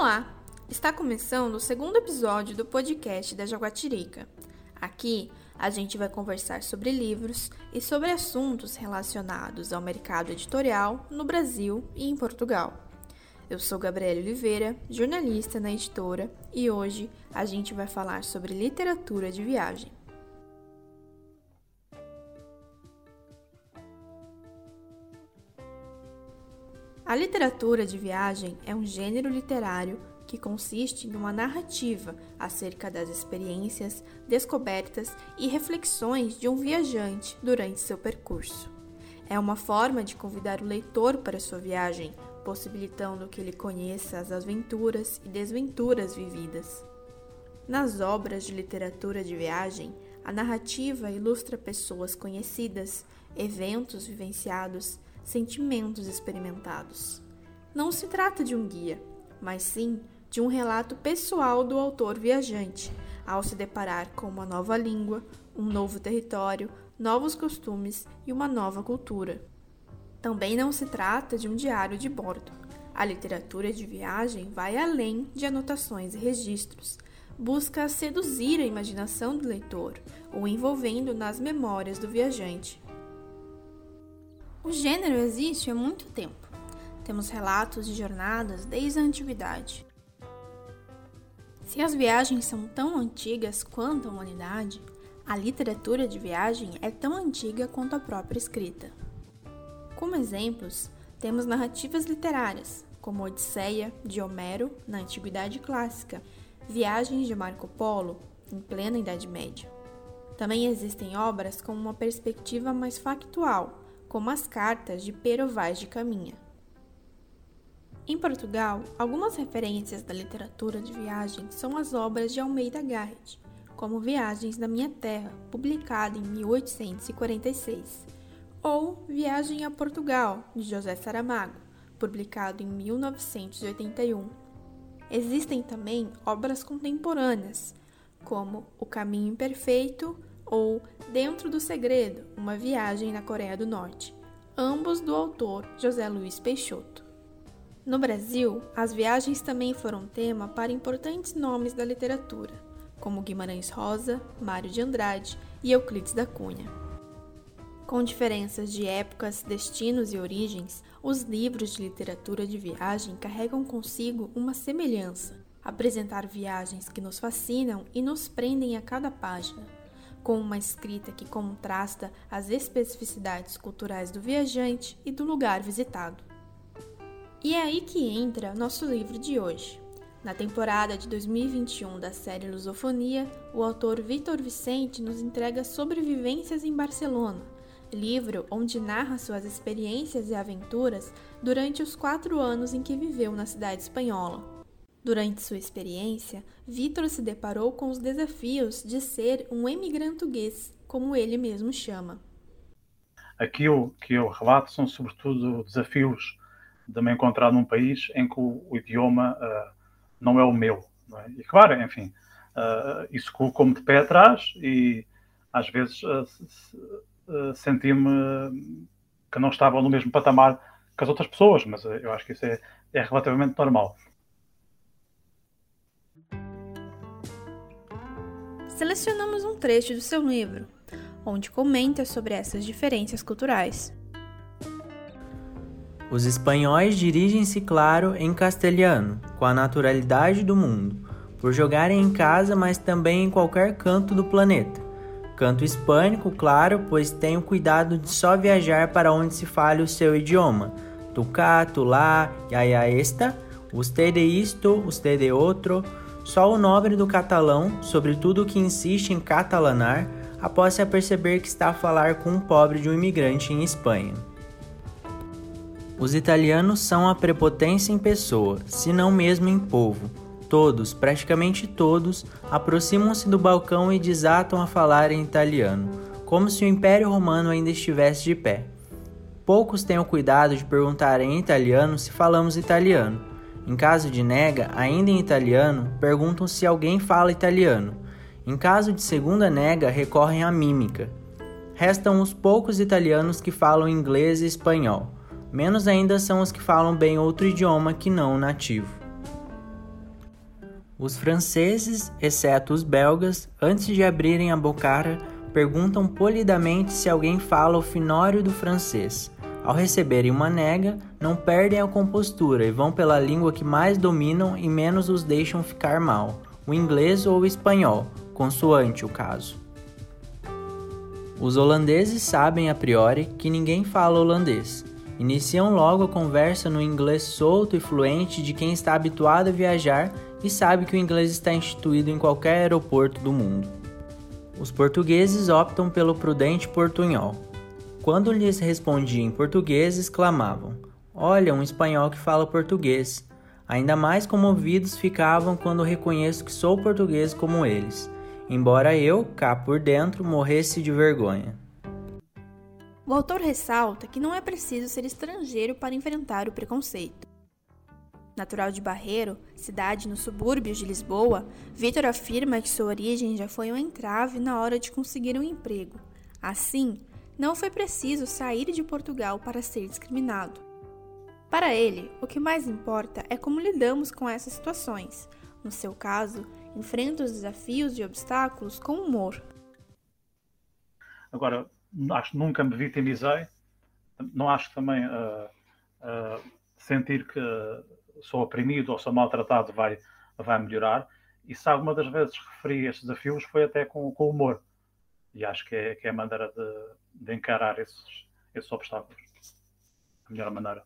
Olá! Está começando o segundo episódio do podcast da Jaguatirica. Aqui a gente vai conversar sobre livros e sobre assuntos relacionados ao mercado editorial no Brasil e em Portugal. Eu sou Gabriela Oliveira, jornalista na editora, e hoje a gente vai falar sobre literatura de viagem. A literatura de viagem é um gênero literário que consiste em uma narrativa acerca das experiências, descobertas e reflexões de um viajante durante seu percurso. É uma forma de convidar o leitor para sua viagem, possibilitando que ele conheça as aventuras e desventuras vividas. Nas obras de literatura de viagem, a narrativa ilustra pessoas conhecidas, eventos vivenciados, sentimentos experimentados. Não se trata de um guia, mas sim de um relato pessoal do autor viajante, ao se deparar com uma nova língua, um novo território, novos costumes e uma nova cultura. Também não se trata de um diário de bordo. A literatura de viagem vai além de anotações e registros. Busca seduzir a imaginação do leitor, o envolvendo nas memórias do viajante. O gênero existe há muito tempo. Temos relatos de jornadas desde a antiguidade. Se as viagens são tão antigas quanto a humanidade, a literatura de viagem é tão antiga quanto a própria escrita. Como exemplos, temos narrativas literárias, como Odisseia, de Homero, na Antiguidade Clássica, Viagens de Marco Polo, em plena Idade Média. Também existem obras com uma perspectiva mais factual, como as cartas de Pero Vaz de Caminha. Em Portugal, algumas referências da literatura de viagem são as obras de Almeida Garrett, como Viagens da Minha Terra, publicada em 1846, ou Viagem a Portugal, de José Saramago, publicado em 1981. Existem também obras contemporâneas, como O Caminho Imperfeito ou Dentro do Segredo, uma viagem na Coreia do Norte, ambos do autor José Luiz Peixoto. No Brasil, as viagens também foram tema para importantes nomes da literatura, como Guimarães Rosa, Mário de Andrade e Euclides da Cunha. Com diferenças de épocas, destinos e origens, os livros de literatura de viagem carregam consigo uma semelhança: apresentar viagens que nos fascinam e nos prendem a cada página, com uma escrita que contrasta as especificidades culturais do viajante e do lugar visitado. E é aí que entra nosso livro de hoje. Na temporada de 2021 da série Lusofonia, o autor Vitor Vicente nos entrega Sobrevivências em Barcelona, livro onde narra suas experiências e aventuras durante os 4 anos em que viveu na cidade espanhola. Durante sua experiência, Vitor se deparou com os desafios de ser um emigrantuguês, como ele mesmo chama. Aquilo que eu relato são sobretudo desafios de me encontrar num país em que o idioma não é o meu. Não é? E claro, enfim, isso colocou-me de pé atrás e às vezes senti-me que não estava no mesmo patamar que as outras pessoas, mas eu acho que isso é relativamente normal. Selecionamos um trecho do seu livro, onde comenta sobre essas diferenças culturais. Os espanhóis dirigem-se, claro, em castelhano, com a naturalidade do mundo, por jogarem em casa, mas também em qualquer canto do planeta. Canto hispânico, claro, pois tenho cuidado de só viajar para onde se fale o seu idioma. Tu cá, tu lá, ya esta, usted isto, usted outro. Só o nobre do catalão, sobretudo o que insiste em catalanar, após se aperceber que está a falar com um pobre de um imigrante em Espanha. Os italianos são a prepotência em pessoa, se não mesmo em povo. Todos, praticamente todos, aproximam-se do balcão e desatam a falar em italiano, como se o Império Romano ainda estivesse de pé. Poucos têm o cuidado de perguntar em italiano se falamos italiano. Em caso de nega, ainda em italiano, perguntam se alguém fala italiano. Em caso de segunda nega, recorrem à mímica. Restam os poucos italianos que falam inglês e espanhol. Menos ainda são os que falam bem outro idioma que não o nativo. Os franceses, exceto os belgas, antes de abrirem a bocara, perguntam polidamente se alguém fala o finório do francês. Ao receberem uma nega, não perdem a compostura e vão pela língua que mais dominam e menos os deixam ficar mal, o inglês ou o espanhol, consoante o caso. Os holandeses sabem a priori que ninguém fala holandês. Iniciam logo a conversa no inglês solto e fluente de quem está habituado a viajar e sabe que o inglês está instituído em qualquer aeroporto do mundo. Os portugueses optam pelo prudente portunhol. Quando lhes respondia em português, exclamavam: "Olha, um espanhol que fala português." Ainda mais comovidos ficavam quando reconheço que sou português como eles, embora eu, cá por dentro, morresse de vergonha. O autor ressalta que não é preciso ser estrangeiro para enfrentar o preconceito. Natural de Barreiro, cidade nos subúrbios de Lisboa, Vitor afirma que sua origem já foi um entrave na hora de conseguir um emprego. Assim, não foi preciso sair de Portugal para ser discriminado. Para ele, o que mais importa é como lidamos com essas situações. No seu caso, enfrenta os desafios e obstáculos com humor. Agora, acho que nunca me vitimizei, não acho que também sentir que sou oprimido ou sou maltratado vai melhorar, e se alguma das vezes referi estes desafios foi até com humor, e acho que é a maneira de encarar esses obstáculos, a melhor maneira.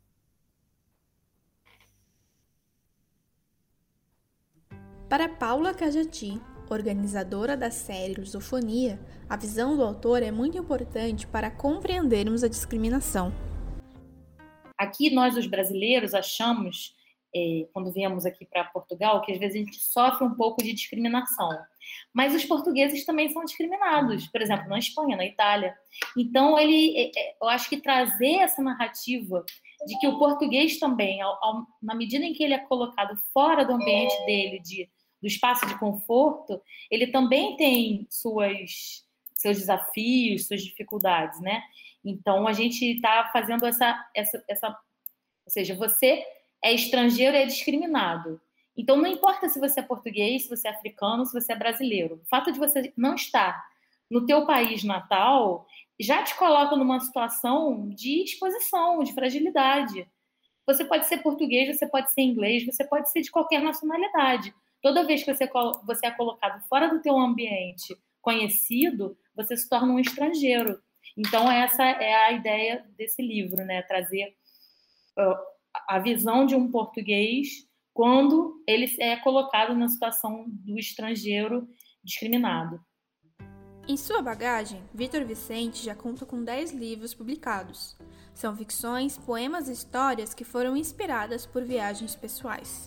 Para Paula Cajati, organizadora da série Lusofonia, a visão do autor é muito importante para compreendermos a discriminação. Aqui nós, os brasileiros, achamos, quando viemos aqui para Portugal, que às vezes a gente sofre um pouco de discriminação. Mas os portugueses também são discriminados, por exemplo, na Espanha, na Itália. Então, eu acho que trazer essa narrativa de que o português também, na medida em que ele é colocado fora do ambiente dele, do espaço de conforto, ele também tem seus desafios, suas dificuldades, né? Então, a gente está fazendo essa... Ou seja, você é estrangeiro e é discriminado. Então, não importa se você é português, se você é africano, se você é brasileiro. O fato de você não estar no teu país natal já te coloca numa situação de exposição, de fragilidade. Você pode ser português, você pode ser inglês, você pode ser de qualquer nacionalidade. Toda vez que você é colocado fora do teu ambiente conhecido, você se torna um estrangeiro. Então, essa é a ideia desse livro, né? Trazer a visão de um português quando ele é colocado na situação do estrangeiro discriminado. Em sua bagagem, Vitor Vicente já conta com 10 livros publicados. São ficções, poemas e histórias que foram inspiradas por viagens pessoais.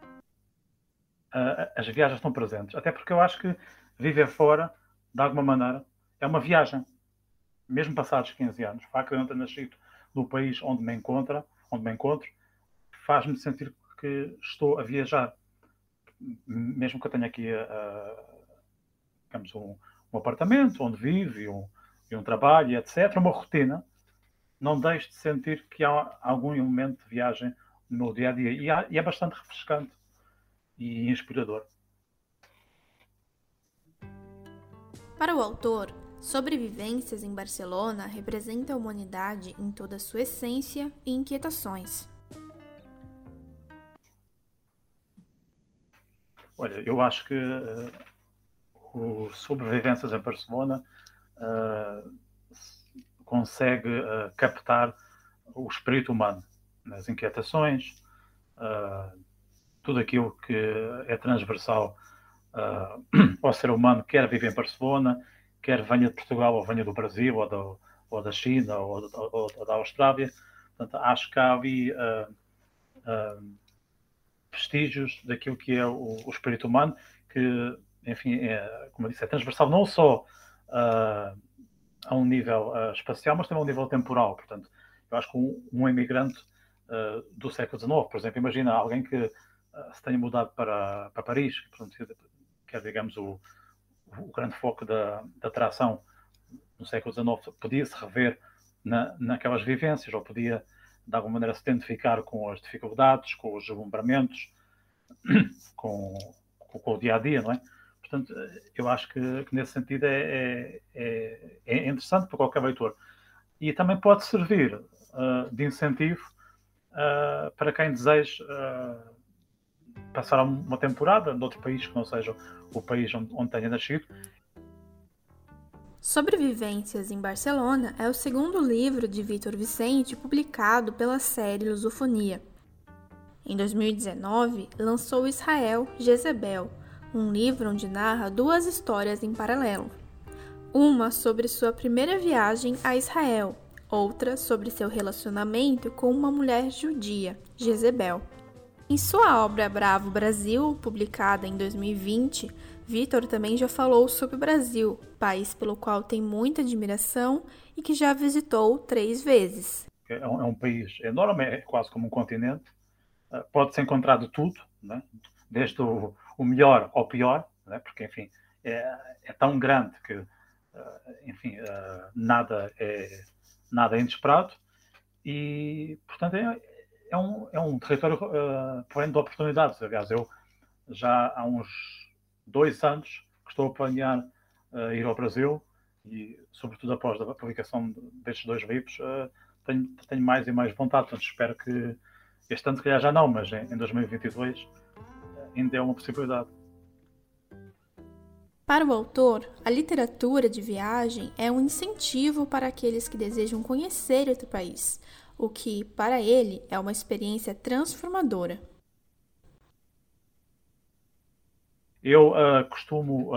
As viagens estão presentes, até porque eu acho que viver fora, de alguma maneira, é uma viagem. Mesmo passados 15 anos, o facto de eu não ter nascido no país onde me encontro, faz-me sentir que estou a viajar. Mesmo que eu tenha aqui digamos, um apartamento onde vivo e um trabalho, etc., uma rotina, não deixo de sentir que há algum elemento de viagem no meu dia-a-dia. E é bastante refrescante e inspirador. Para o autor, Sobrevivências em Barcelona representa a humanidade em toda a sua essência e inquietações. Olha, eu acho que o Sobrevivências em Barcelona consegue captar o espírito humano nas inquietações, tudo aquilo que é transversal ao ser humano, quer vive em Barcelona, quer venha de Portugal, ou venha do Brasil, ou da China, ou da Austrália. Portanto, acho que há ali vestígios daquilo que é o espírito humano, que, enfim, como eu disse, é transversal não só a um nível espacial, mas também a um nível temporal. Portanto, eu acho que um imigrante do século XIX, por exemplo, imagina alguém que se tenha mudado para Paris, que é, digamos, o grande foco da atração no século XIX, podia-se rever naquelas vivências, ou podia, de alguma maneira, se identificar com as dificuldades, com os deslumbramentos, com com o dia-a-dia, não é? Portanto, eu acho que nesse sentido é interessante para qualquer leitor. E também pode servir de incentivo para quem deseja passar uma temporada noutro país que não seja o país onde tenha nascido. Sobrevivências em Barcelona é o segundo livro de Vítor Vicente publicado pela série Lusofonia. Em 2019, lançou Israel, Jezebel, um livro onde narra duas histórias em paralelo. Uma sobre sua primeira viagem a Israel, outra sobre seu relacionamento com uma mulher judia, Jezebel. Em sua obra Bravo Brasil, publicada em 2020, Vítor também já falou sobre o Brasil, país pelo qual tem muita admiração e que já visitou 3 vezes. É um país enorme, é quase como um continente. Pode-se encontrar de tudo, né? Desde o melhor ao pior, né? Porque, enfim, é tão grande que, enfim, nada é inesperado e, portanto, é um território pleno de oportunidades. Aliás, eu já há uns 2 anos que estou a planear ir ao Brasil e, sobretudo após a publicação destes 2 livros, tenho mais e mais vontade. Portanto, espero que este ano, se calhar já não, mas em 2022 ainda é uma possibilidade. Para o autor, a literatura de viagem é um incentivo para aqueles que desejam conhecer outro país, o que, para ele, é uma experiência transformadora. Eu costumo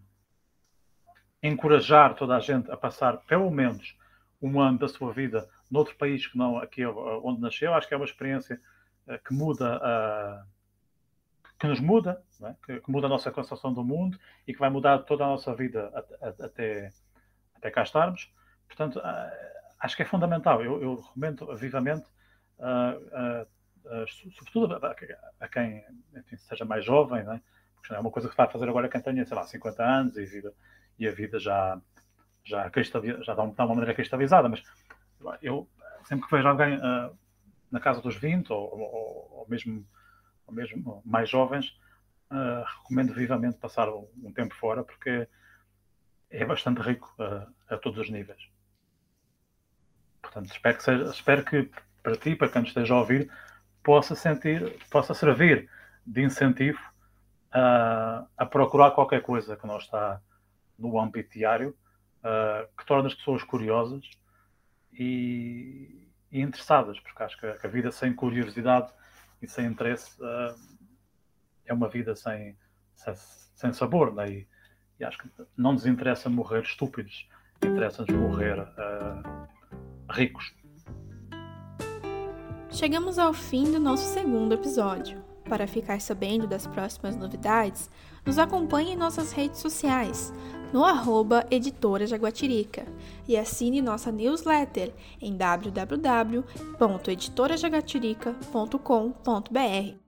encorajar toda a gente a passar pelo menos um ano da sua vida noutro país que não aqui onde nasceu. Acho que é uma experiência que muda, que nos muda, não é? que muda a nossa concepção do mundo e que vai mudar toda a nossa vida até cá estarmos. Portanto, acho que é fundamental. Eu recomendo vivamente, sobretudo a quem, enfim, seja mais jovem, não é? Porque é uma coisa que se vai fazer agora quem tenha, sei lá, 50 anos e a vida já está uma maneira cristalizada, mas eu sempre que vejo alguém na casa dos 20 ou mesmo mais jovens, recomendo vivamente passar um tempo fora, porque é bastante rico a todos os níveis. Portanto, espero que para ti, para quem esteja a ouvir, possa servir de incentivo a procurar qualquer coisa que não está no âmbito diário, que torna as pessoas curiosas e interessadas, porque acho que a vida sem curiosidade e sem interesse é uma vida sem sabor, né? E acho que não nos interessa morrer estúpidos, interessa-nos morrer ricos. Chegamos ao fim do nosso segundo episódio. Para ficar sabendo das próximas novidades, nos acompanhe em nossas redes sociais, no @Editora Jaguatirica, e assine nossa newsletter em www.editorajaguatirica.com.br.